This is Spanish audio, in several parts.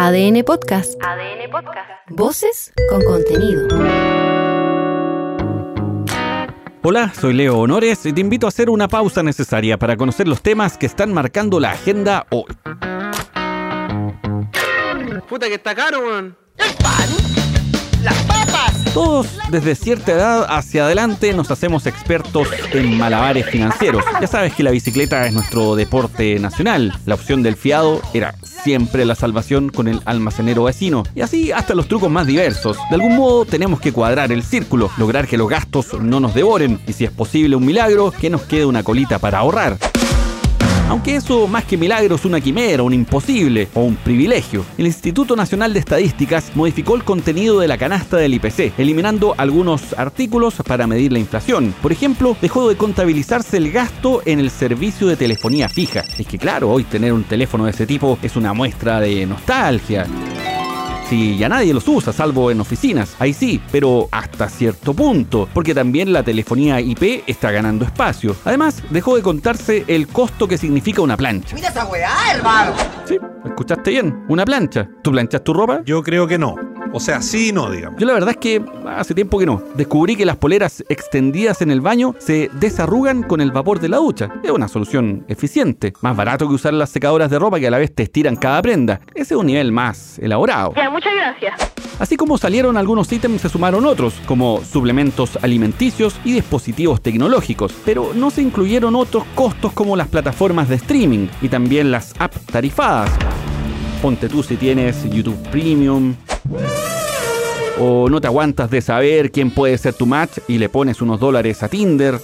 ADN Podcast. ADN Podcast. Voces con contenido. Hola, soy Leo Honores y te invito a hacer una pausa necesaria para conocer los temas que están marcando la agenda hoy. Puta que está caro, weón. El pan, las papas. Todos, desde cierta edad hacia adelante, nos hacemos expertos en malabares financieros. Ya sabes que la bicicleta es nuestro deporte nacional. La opción del fiado era siempre la salvación con el almacenero vecino. Y así hasta los trucos más diversos. De algún modo tenemos que cuadrar el círculo, lograr que los gastos no nos devoren y, si es posible un milagro, que nos quede una colita para ahorrar. Aunque eso, más que milagro, es una quimera, un imposible o un privilegio. El Instituto Nacional de Estadísticas modificó el contenido de la canasta del IPC, eliminando algunos artículos para medir la inflación. Por ejemplo, dejó de contabilizarse el gasto en el servicio de telefonía fija. Es que claro, hoy tener un teléfono de ese tipo es una muestra de nostalgia. Si ya nadie los usa, salvo en oficinas, ahí sí, pero hasta cierto punto, porque también la telefonía IP está ganando espacio. Además, dejó de contarse el costo que significa una plancha. Mira esa weá, hermano. Sí, escuchaste bien, una plancha. ¿Tú planchas tu ropa? Yo creo que no. O sea, sí y no, digamos. Yo la verdad es que hace tiempo que no. Descubrí que las poleras extendidas en el baño se desarrugan con el vapor de la ducha. Es una solución eficiente. Más barato que usar las secadoras de ropa que a la vez te estiran cada prenda. Ese es un nivel más elaborado. Ya, muchas gracias. Así como salieron algunos ítems, se sumaron otros, como suplementos alimenticios y dispositivos tecnológicos. Pero no se incluyeron otros costos como las plataformas de streaming y también las apps tarifadas. Ponte tú si tienes YouTube Premium o no te aguantas de saber quién puede ser tu match y le pones unos $1 a Tinder.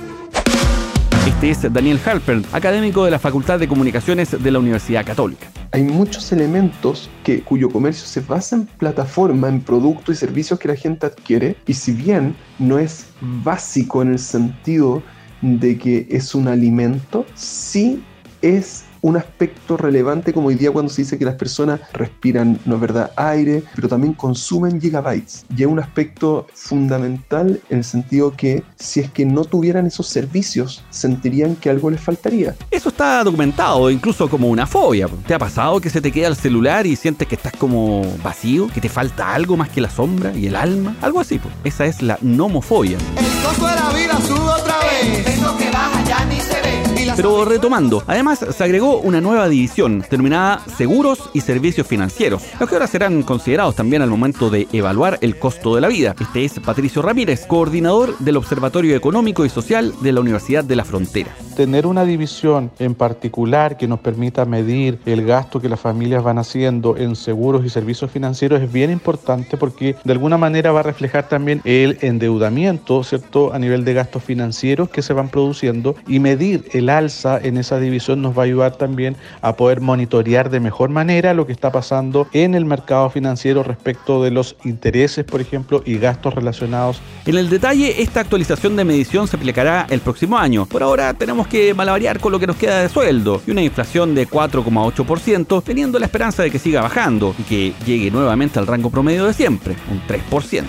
Este es Daniel Halpern, académico de la Facultad de Comunicaciones de la Universidad Católica. Hay muchos elementos cuyo comercio se basa en plataforma, en productos y servicios que la gente adquiere, y si bien no es básico en el sentido de que es un alimento, sí es un aspecto relevante, como hoy día cuando se dice que las personas respiran, no es verdad, aire, pero también consumen gigabytes. Y es un aspecto fundamental en el sentido que si es que no tuvieran esos servicios, sentirían que algo les faltaría. Eso está documentado, incluso como una fobia. ¿Te ha pasado que se te queda el celular y sientes que estás como vacío? ¿Que te falta algo más que la sombra y el alma? Algo así, pues. Esa es la nomofobia. El costo de la vida sube otra vez. Eso que baja ya ni se ve. Pero retomando, además se agregó una nueva división denominada Seguros y Servicios Financieros, los que ahora serán considerados también al momento de evaluar el costo de la vida. Este es Patricio Ramírez, coordinador del Observatorio Económico y Social de la Universidad de la Frontera. Tener una división en particular que nos permita medir el gasto que las familias van haciendo en seguros y servicios financieros es bien importante, porque de alguna manera va a reflejar también el endeudamiento, ¿cierto?, a nivel de gastos financieros que se van produciendo, y medir el alza en esa división nos va a ayudar también a poder monitorear de mejor manera lo que está pasando en el mercado financiero respecto de los intereses, por ejemplo, y gastos relacionados. En el detalle, esta actualización de medición se aplicará el próximo año. Por ahora tenemos que malabarear con lo que nos queda de sueldo y una inflación de 4,8%, teniendo la esperanza de que siga bajando y que llegue nuevamente al rango promedio de siempre, un 3%.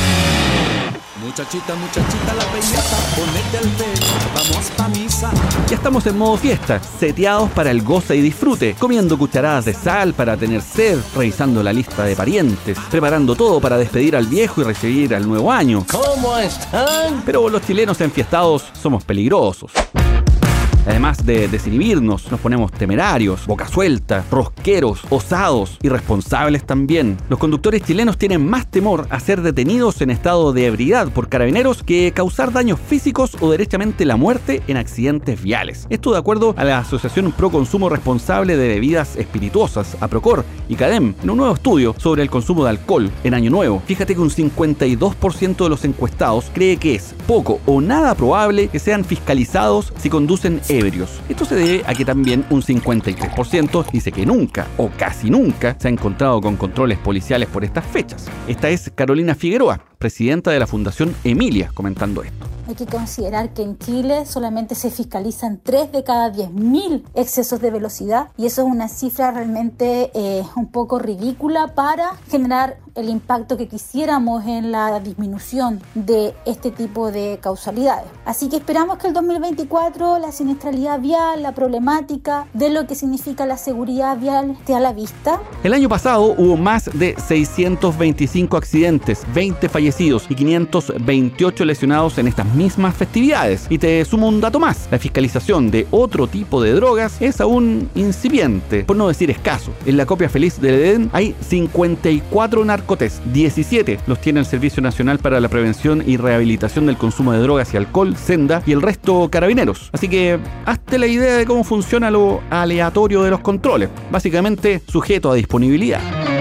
Muchachita, la belleza, ponete al pelo, vamos pa' misa. Ya estamos en modo fiesta, seteados para el goce y disfrute, comiendo cucharadas de sal para tener sed, revisando la lista de parientes, preparando todo para despedir al viejo y recibir al nuevo año. ¿Cómo están? Pero los chilenos enfiestados somos peligrosos. Además de desinhibirnos, nos ponemos temerarios, boca suelta, rosqueros, osados, irresponsables también. Los conductores chilenos tienen más temor a ser detenidos en estado de ebriedad por carabineros que causar daños físicos o derechamente la muerte en accidentes viales. Esto de acuerdo a la Asociación Pro Consumo Responsable de Bebidas Espirituosas, APROCOR, y CADEM, en un nuevo estudio sobre el consumo de alcohol en Año Nuevo. Fíjate que un 52% de los encuestados cree que es poco o nada probable que sean fiscalizados si conducen ebrios. Esto se debe a que también un 53% dice que nunca o casi nunca se ha encontrado con controles policiales por estas fechas. Esta es Carolina Figueroa, presidenta de la Fundación Emilia, comentando esto. Hay que considerar que en Chile solamente se fiscalizan 3 de cada 10.000 excesos de velocidad y eso es una cifra realmente un poco ridícula para generar el impacto que quisiéramos en la disminución de este tipo de causalidades. Así que esperamos que el 2024 la siniestralidad vial, la problemática de lo que significa la seguridad vial esté a la vista. El año pasado hubo más de 625 accidentes, 20 fallecidos y 528 lesionados en estas mismas festividades. Y te sumo un dato más: la fiscalización de otro tipo de drogas es aún incipiente, por no decir escaso. En la copia feliz del Edén hay 54 narcotest, 17 los tiene el Servicio Nacional para la Prevención y Rehabilitación del Consumo de Drogas y Alcohol, Senda, y el resto Carabineros. Así que hazte la idea de cómo funciona lo aleatorio de los controles, básicamente sujeto a disponibilidad.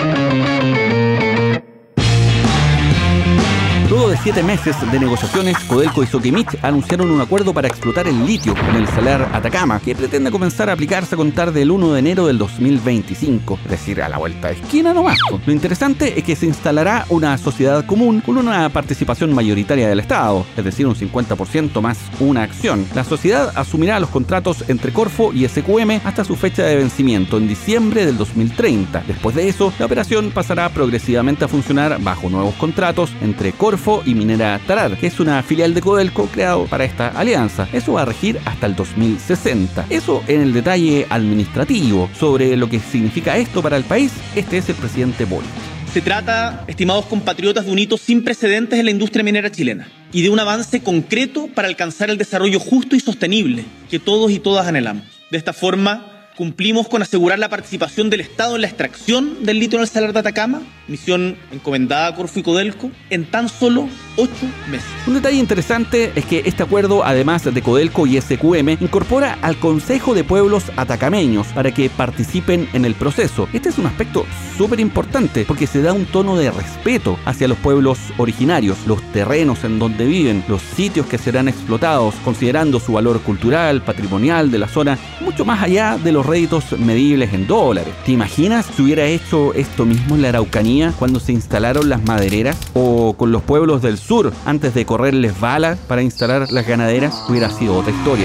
Luego de 7 meses de negociaciones, Codelco y Soquimich anunciaron un acuerdo para explotar el litio en el Salar Atacama, que pretende comenzar a aplicarse a contar del 1 de enero del 2025, es decir, a la vuelta de esquina nomás. Lo interesante es que se instalará una sociedad común con una participación mayoritaria del Estado, es decir, un 50% más una acción. La sociedad asumirá los contratos entre Corfo y SQM hasta su fecha de vencimiento en diciembre del 2030. Después de eso, la operación pasará progresivamente a funcionar bajo nuevos contratos entre Corfo y Minera Talar, que es una filial de Codelco creado para esta alianza. Eso va a regir hasta el 2060. Eso en el detalle administrativo. Sobre lo que significa esto para el país, este es el presidente Boric. Se trata, estimados compatriotas, de un hito sin precedentes en la industria minera chilena y de un avance concreto para alcanzar el desarrollo justo y sostenible que todos y todas anhelamos. De esta forma, cumplimos con asegurar la participación del Estado en la extracción del litio en el Salar de Atacama, misión encomendada a Corfo y Codelco, en tan solo 8 meses. Un detalle interesante es que este acuerdo, además de Codelco y SQM, incorpora al Consejo de Pueblos Atacameños para que participen en el proceso. Este es un aspecto súper importante porque se da un tono de respeto hacia los pueblos originarios, los terrenos en donde viven, los sitios que serán explotados, considerando su valor cultural, patrimonial de la zona, mucho más allá de los réditos medibles en dólares. ¿Te imaginas si hubiera hecho esto mismo en la Araucanía cuando se instalaron las madereras? ¿O con los pueblos del sur antes de correrles balas para instalar las ganaderas? Hubiera sido otra historia.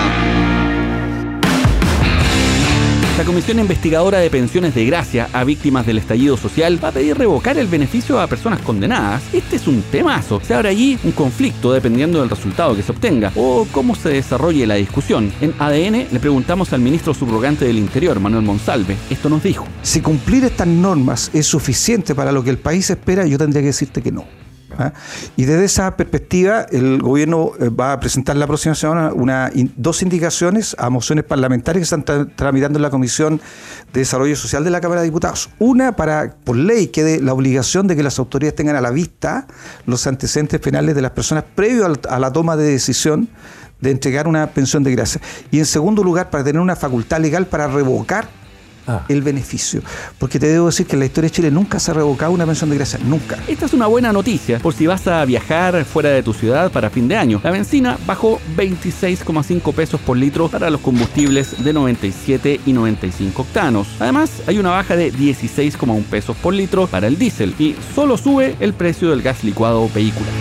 La Comisión Investigadora de Pensiones de Gracia a víctimas del estallido social va a pedir revocar el beneficio a personas condenadas. Este es un temazo. Se abre allí un conflicto dependiendo del resultado que se obtenga o cómo se desarrolle la discusión. En ADN le preguntamos al ministro subrogante del Interior, Manuel Monsalve. Esto nos dijo: si cumplir estas normas es suficiente para lo que el país espera, yo tendría que decirte que no. Y desde esa perspectiva el gobierno va a presentar la próxima semana dos indicaciones a mociones parlamentarias que están tramitando en la Comisión de Desarrollo Social de la Cámara de Diputados. Una para, por ley, quede la obligación de que las autoridades tengan a la vista los antecedentes penales de las personas previo a la toma de decisión de entregar una pensión de gracia. Y en segundo lugar, para tener una facultad legal para revocar el beneficio. Porque te debo decir que en la historia de Chile nunca se ha revocado una pensión de gracia, nunca. Esta es una buena noticia por si vas a viajar fuera de tu ciudad para fin de año. La benzina bajó 26,5 pesos por litro para los combustibles de 97 y 95 octanos. Además, hay una baja de 16,1 pesos por litro para el diésel y solo sube el precio del gas licuado vehicular.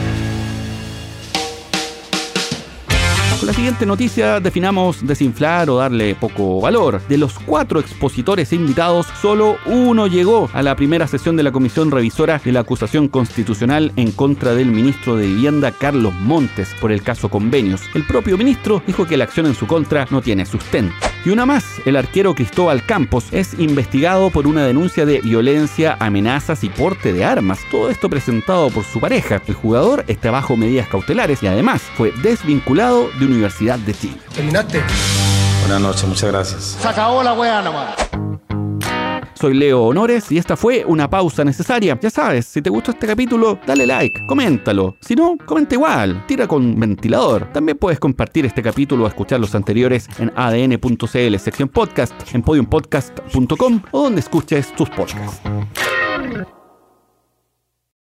Con la siguiente noticia definamos desinflar o darle poco valor. De los 4 expositores invitados, solo uno llegó a la primera sesión de la Comisión Revisora de la acusación constitucional en contra del ministro de Vivienda, Carlos Montes, por el caso Convenios. El propio ministro dijo que la acción en su contra no tiene sustento. Y una más, el arquero Cristóbal Campos es investigado por una denuncia de violencia, amenazas y porte de armas. Todo esto presentado por su pareja. El jugador está bajo medidas cautelares y además fue desvinculado de Universidad de Chile. ¿Terminaste? Buenas noches, muchas gracias. Se acabó la weá nomás. Soy Leo Honores y esta fue una pausa necesaria. Ya sabes, si te gustó este capítulo, dale like, coméntalo. Si no, comenta igual, tira con ventilador. También puedes compartir este capítulo o escuchar los anteriores en adn.cl, sección podcast, en podiumpodcast.com o donde escuches tus podcasts.